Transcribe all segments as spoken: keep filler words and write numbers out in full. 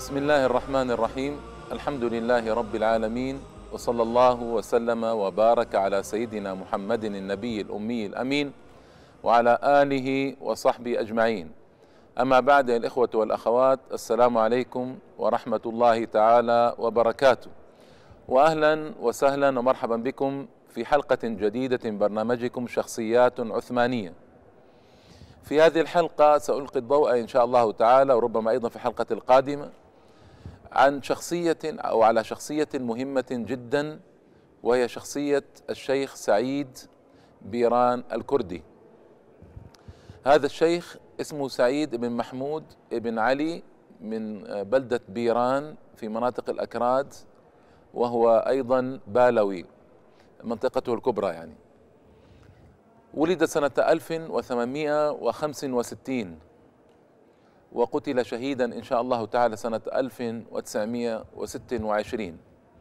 بسم الله الرحمن الرحيم. الحمد لله رب العالمين، وصلى الله وسلم وبارك على سيدنا محمد النبي الأمي الأمين وعلى آله وصحبه أجمعين. أما بعد، يا الإخوة والأخوات، السلام عليكم ورحمة الله تعالى وبركاته، وأهلا وسهلا ومرحبا بكم في حلقة جديدة من برنامجكم شخصيات عثمانية. في هذه الحلقة سألقي الضوء إن شاء الله تعالى، وربما أيضا في الحلقة القادمة، عن شخصية أو على شخصية مهمة جدا، وهي شخصية الشيخ سعيد بيران الكردي. هذا الشيخ اسمه سعيد بن محمود بن علي من بلدة بيران في مناطق الأكراد، وهو أيضا بالوي، منطقته الكبرى يعني. ولد سنة ألف وثمانمائة وخمسة وستين وقتل شهيدا إن شاء الله تعالى سنة ألف وتسعمائة وستة وعشرين،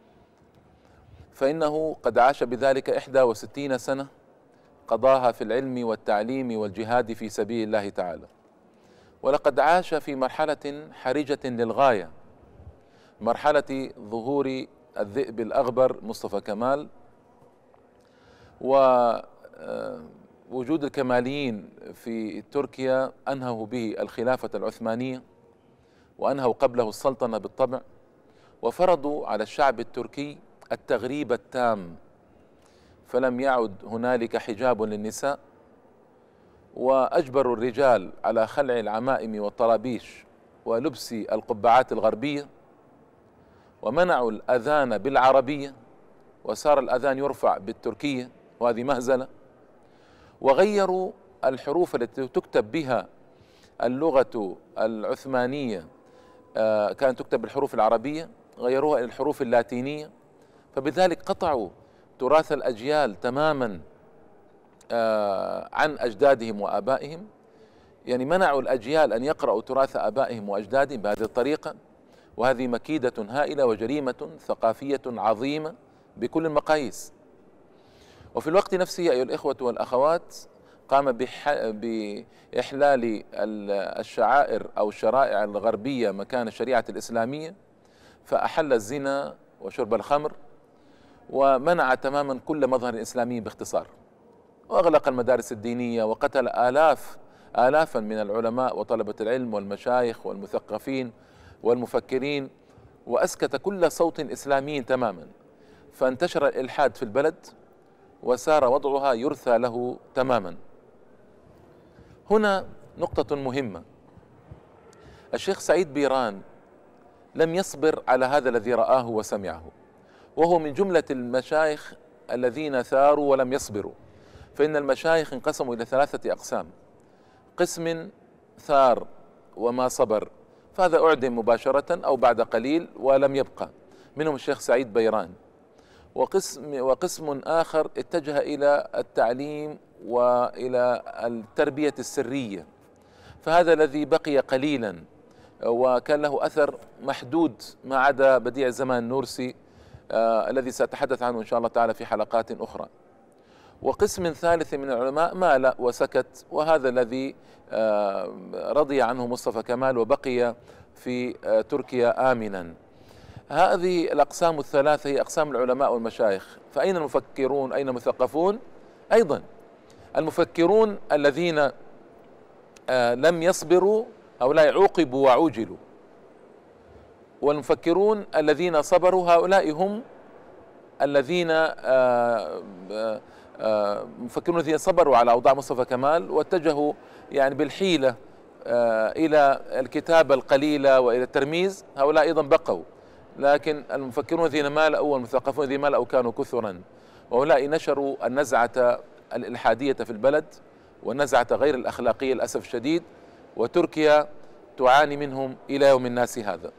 فإنه قد عاش بذلك إحدى وستين سنة قضاها في العلم والتعليم والجهاد في سبيل الله تعالى. ولقد عاش في مرحلة حرجة للغاية، مرحلة ظهور الذئب الأغبر مصطفى كمال، ووجود الكماليين في تركيا أنهوا به الخلافة العثمانية، وأنهوا قبله السلطنة بالطبع، وفرضوا على الشعب التركي التغريب التام، فلم يعد هنالك حجاب للنساء، وأجبروا الرجال على خلع العمائم والطرابيش ولبس القبعات الغربية، ومنعوا الأذان بالعربية، وصار الأذان يرفع بالتركية، وهذه مهزلة. وغيروا الحروف التي تكتب بها اللغة العثمانية، كانت تكتب بالحروف العربية، غيروها إلى الحروف اللاتينية، فبذلك قطعوا تراث الأجيال تماما عن أجدادهم وآبائهم، يعني منعوا الأجيال أن يقرأوا تراث آبائهم وأجدادهم بهذه الطريقة، وهذه مكيدة هائلة وجريمة ثقافية عظيمة بكل المقاييس. وفي الوقت نفسه أيها الإخوة والأخوات، قام بإحلال الشعائر أو الشرائع الغربية مكان الشريعة الإسلامية، فأحل الزنا وشرب الخمر، ومنع تماما كل مظهر إسلامي باختصار، وأغلق المدارس الدينية، وقتل آلاف آلافا من العلماء وطلبة العلم والمشايخ والمثقفين والمفكرين، وأسكت كل صوت إسلامي تماما، فانتشر الإلحاد في البلد، وصار وضعها يرثى له تماما. هنا نقطة مهمة: الشيخ سعيد بيران لم يصبر على هذا الذي رآه وسمعه، وهو من جملة المشايخ الذين ثاروا ولم يصبروا. فإن المشايخ انقسموا إلى ثلاثة أقسام: قسم ثار وما صبر، فهذا أعدم مباشرة أو بعد قليل ولم يبقى، منهم الشيخ سعيد بيران. وقسم, وقسم آخر اتجه إلى التعليم وإلى التربية السرية، فهذا الذي بقي قليلا وكان له أثر محدود، ما عدا بديع الزمان النورسي آه الذي سأتحدث عنه إن شاء الله تعالى في حلقات أخرى. وقسم ثالث من العلماء مال وسكت، وهذا الذي آه رضي عنه مصطفى كمال وبقي في آه تركيا آمنا. هذه الأقسام الثلاثة هي أقسام العلماء والمشايخ. فأين المفكرون؟ أين المثقفون؟ أيضا المفكرون الذين آه لم يصبروا، هؤلاء عوقبوا وعوجلوا، والمفكرون الذين صبروا هؤلاء هم الذين آه آه المفكرون الذين صبروا على أوضاع مصطفى كمال واتجهوا يعني بالحيلة آه إلى الكتابة القليلة وإلى الترميز، هؤلاء أيضا بقوا. لكن المفكرون الذين مالأوا والمثقفون الذين مالأوا كانوا كثرا، وهؤلاء نشروا النزعة الإلحادية في البلد والنزعة غير الأخلاقية للأسف الشديد، وتركيا تعاني منهم إلى يوم الناس هذا.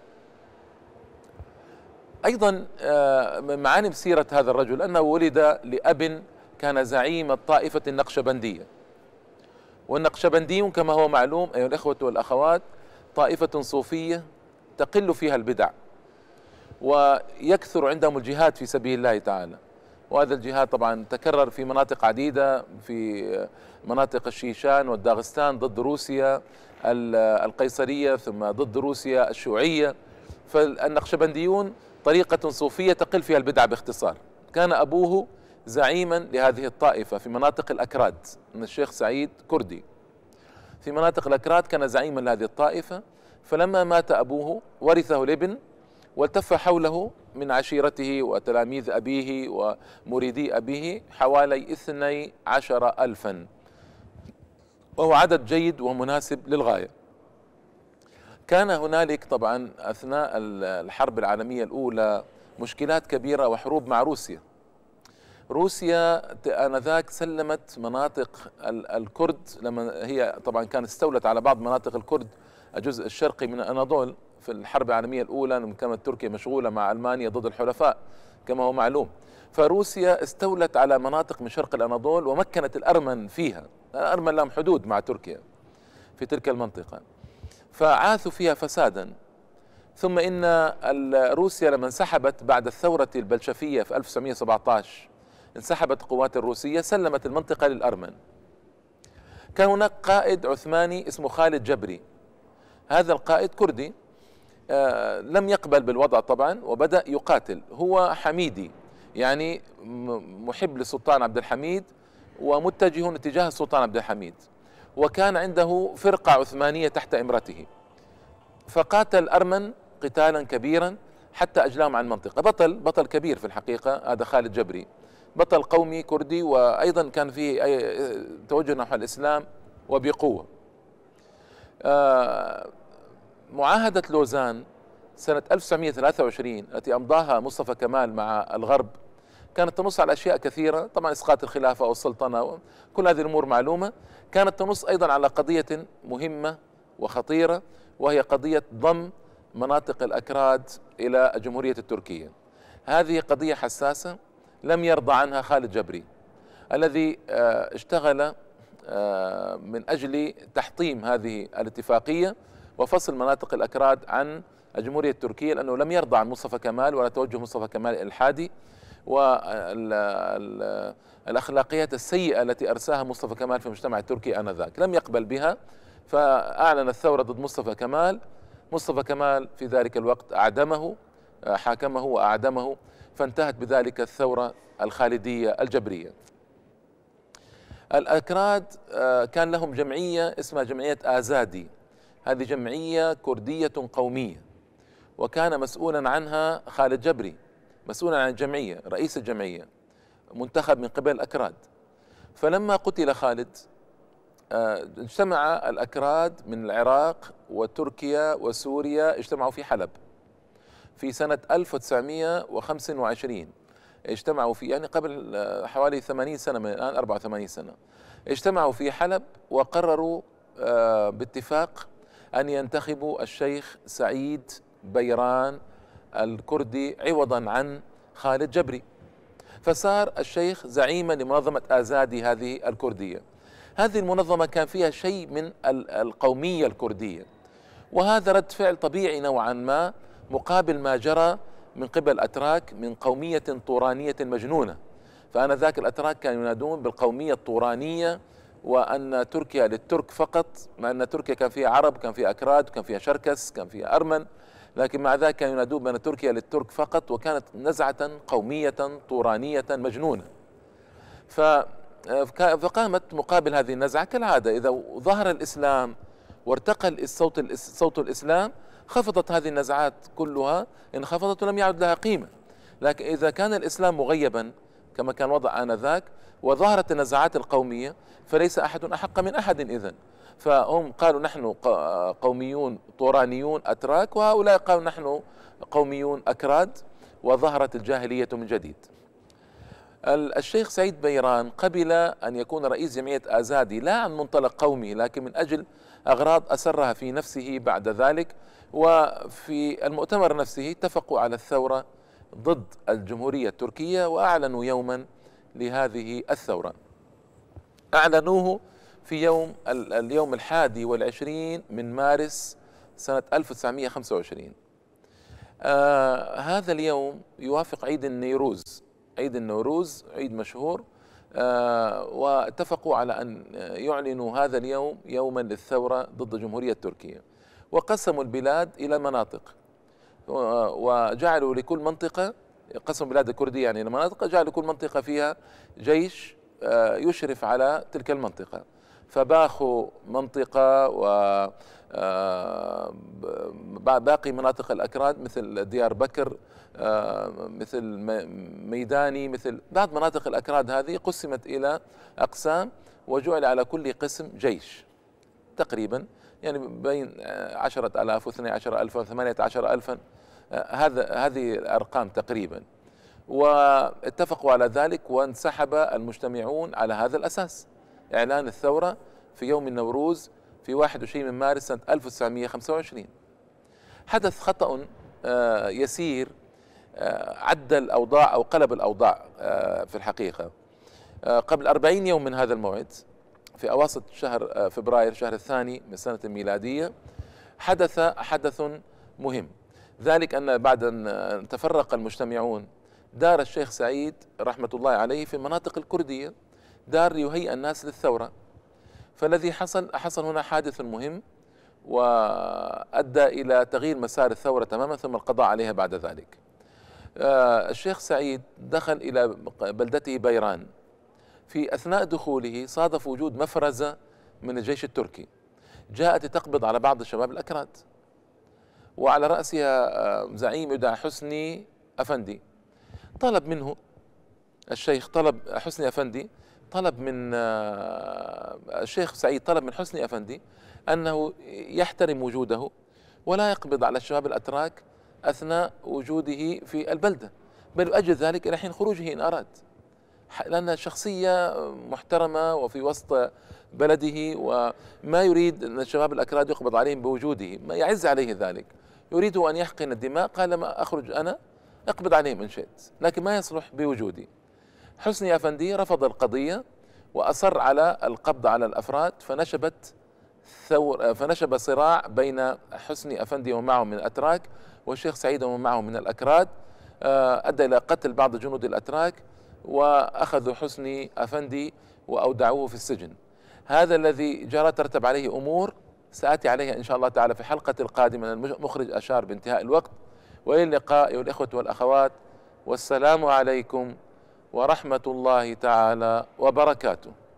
أيضا من معاني سيرة هذا الرجل أنه ولد لأب كان زعيم الطائفة النقشبندية، والنقشبنديون كما هو معلوم أيها الإخوة والأخوات طائفة صوفية تقل فيها البدع، ويكثر عندهم الجهاد في سبيل الله تعالى. وهذا الجهاد طبعا تكرر في مناطق عديدة، في مناطق الشيشان والداغستان ضد روسيا القيصرية، ثم ضد روسيا الشيوعية، فالنقشبنديون طريقة صوفية تقل فيها البدعة باختصار. كان أبوه زعيما لهذه الطائفة في مناطق الأكراد، من الشيخ سعيد كردي في مناطق الأكراد كان زعيما لهذه الطائفة. فلما مات أبوه ورثه الابن، والتف حوله من عشيرته وتلاميذ أبيه ومريدي أبيه حوالي اثني عشر ألفا، وهو عدد جيد ومناسب للغاية. كان هنالك طبعا أثناء الحرب العالمية الأولى مشكلات كبيرة وحروب مع روسيا. روسيا آنذاك سلمت مناطق الكرد، لما هي طبعا كانت استولت على بعض مناطق الكرد الجزء الشرقي من الأناضول في الحرب العالمية الأولى، لما كانت تركيا مشغولة مع ألمانيا ضد الحلفاء كما هو معلوم. فروسيا استولت على مناطق من شرق الأناضول ومكنت الأرمن فيها. الأرمن لهم حدود مع تركيا في تلك المنطقة، فعاثوا فيها فسادا. ثم إن روسيا لما انسحبت بعد الثورة البلشفية في ألف وتسعمئة وسبعة عشر، انسحبت القوات الروسية، سلمت المنطقة للأرمن. كان هناك قائد عثماني اسمه خالد جبري، هذا القائد كردي، آه لم يقبل بالوضع طبعا وبدأ يقاتل. هو حميدي، يعني محب للسلطان عبد الحميد ومتجه اتجاه السلطان عبد الحميد، وكان عنده فرقة عثمانية تحت إمرته، فقاتل الأرمن قتالا كبيرا حتى أجلاهم عن المنطقة. بطل بطل كبير في الحقيقة هذا خالد جبري، بطل قومي كردي، وأيضا كان فيه توجه نحو الإسلام وبقوة. معاهدة لوزان سنة ألف وتسعمئة وثلاثة وعشرين التي أمضاها مصطفى كمال مع الغرب كانت تنص على أشياء كثيرة، طبعا إسقاط الخلافة والسلطنة، كل هذه الأمور معلومة. كانت تنص أيضا على قضية مهمة وخطيرة، وهي قضية ضم مناطق الأكراد إلى الجمهورية التركية. هذه قضية حساسة لم يرضى عنها خالد جبري، الذي اشتغل من أجل تحطيم هذه الاتفاقية وفصل مناطق الأكراد عن الجمهورية التركية، لأنه لم يرضى عن مصطفى كمال ولا توجه مصطفى كمال الإلحادي والأخلاقيات السيئة التي أرساها مصطفى كمال في المجتمع التركي آنذاك، لم يقبل بها. فأعلن الثورة ضد مصطفى كمال. مصطفى كمال في ذلك الوقت أعدمه، حاكمه وأعدمه، فانتهت بذلك الثورة الخالدية الجبرية. الأكراد كان لهم جمعية اسمها جمعية آزادي، هذه جمعية كردية قومية، وكان مسؤولا عنها خالد جبري، مسؤولا عن الجمعية، رئيس الجمعية، منتخب من قبل الأكراد. فلما قتل خالد اجتمع الأكراد من العراق وتركيا وسوريا، اجتمعوا في حلب في سنة ألف وتسعمئة وخمسة وعشرين، اجتمعوا في يعني قبل حوالي ثمانين سنة من الآن، أربعة وثمانين سنة، اجتمعوا في حلب وقرروا باتفاق أن ينتخبوا الشيخ سعيد بيران الكردي عوضا عن خالد جبري، فصار الشيخ زعيما لمنظمة آزادي هذه الكردية. هذه المنظمة كان فيها شيء من القومية الكردية، وهذا رد فعل طبيعي نوعا ما مقابل ما جرى من قبل الأتراك من قومية طورانية مجنونة. فآنذاك الأتراك كانوا ينادون بالقومية الطورانية، وأن تركيا للترك فقط، مع أن تركيا كان فيها عرب، كان فيها أكراد، كان فيها شركس، كان فيها أرمن، لكن مع ذلك كانوا ينادون بأن تركيا للترك فقط، وكانت نزعة قومية طورانية مجنونة. فقامت مقابل هذه النزعة كالعادة، إذا ظهر الإسلام وارتقى الصوت صوت الإسلام خفضت هذه النزعات كلها، انخفضت ولم يعد لها قيمة. لكن إذا كان الإسلام مغيبا كما كان وضع آنذاك وظهرت النزعات القومية فليس أحد أحق من أحد إذن. فهم قالوا نحن قوميون طورانيون أتراك، وهؤلاء قالوا نحن قوميون أكراد، وظهرت الجاهلية من جديد. الشيخ سعيد بيران قبل أن يكون رئيس جمعية آزادي لا عن منطلق قومي، لكن من أجل أغراض أسرها في نفسه بعد ذلك. وفي المؤتمر نفسه اتفقوا على الثورة ضد الجمهورية التركية، وأعلنوا يوما لهذه الثورة، أعلنوه في يوم اليوم الحادي والعشرين من مارس سنة ألف وتسعمئة وخمسة وعشرين. آه هذا اليوم يوافق عيد النيروز، عيد النوروز عيد مشهور، آه واتفقوا على أن يعلنوا هذا اليوم يوما للثورة ضد الجمهورية التركية، وقسموا البلاد إلى مناطق، وجعلوا لكل منطقة، قسم البلاد الكردية يعني لمناطق، جعلوا لكل منطقة فيها جيش يشرف على تلك المنطقة. فباخوا منطقة، و باقي مناطق الأكراد مثل ديار بكر، مثل ميداني، مثل بعض مناطق الأكراد هذه قسمت إلى أقسام، وجعل على كل قسم جيش تقريبا، يعني بين عشرة آلاف واثني عشر ألفا وثمانية عشر ألفا، هذا هذه الأرقام تقريبا. واتفقوا على ذلك، وانسحب المجتمعون على هذا الأساس. إعلان الثورة في يوم النوروز في واحد وعشرين من مارس سنة ألف وتسعمئة وخمسة وعشرين. حدث خطأ يسير عدل الأوضاع أو قلب الأوضاع في الحقيقة. قبل أربعين يوم من هذا الموعد، في أواسط شهر فبراير، شهر الثاني من السنة الميلادية، حدث حدث مهم، ذلك أن بعد أن تفرق المجتمعون دار الشيخ سعيد رحمة الله عليه في المناطق الكردية، دار ليهيئ الناس للثورة. فالذي حصل حصل هنا حادث مهم، وأدى إلى تغيير مسار الثورة تماما، ثم القضاء عليها بعد ذلك. الشيخ سعيد دخل إلى بلدته بيران. في أثناء دخوله صادف وجود مفرزة من الجيش التركي جاءت تقبض على بعض الشباب الأكراد، وعلى رأسها زعيم يدعى حسني أفندي. طلب منه الشيخ، طلب حسني أفندي طلب من الشيخ سعيد طلب من حسني أفندي أنه يحترم وجوده ولا يقبض على الشباب الأتراك أثناء وجوده في البلدة، بل يؤجل ذلك إلى حين خروجه إن أراد، لأن شخصية محترمة وفي وسط بلده، وما يريد أن الشباب الأكراد يقبض عليهم بوجوده، ما يعز عليه ذلك، يريد أن يحقن الدماء. قال ما أخرج أنا، اقبض عليهم إن شئت، لكن ما يصلح بوجودي. حسني أفندي رفض القضية وأصر على القبض على الأفراد، فنشبت ثور فنشب صراع بين حسني أفندي ومعه من الأتراك والشيخ سعيد ومعه من الأكراد، أدى إلى قتل بعض جنود الأتراك، وأخذوا حسني أفندي وأودعوه في السجن. هذا الذي جرى ترتب عليه أمور سآتي عليها إن شاء الله تعالى في الحلقة القادمة. المخرج أشار بانتهاء الوقت، وإلى اللقاء أيها الإخوة والأخوات، والسلام عليكم ورحمة الله تعالى وبركاته.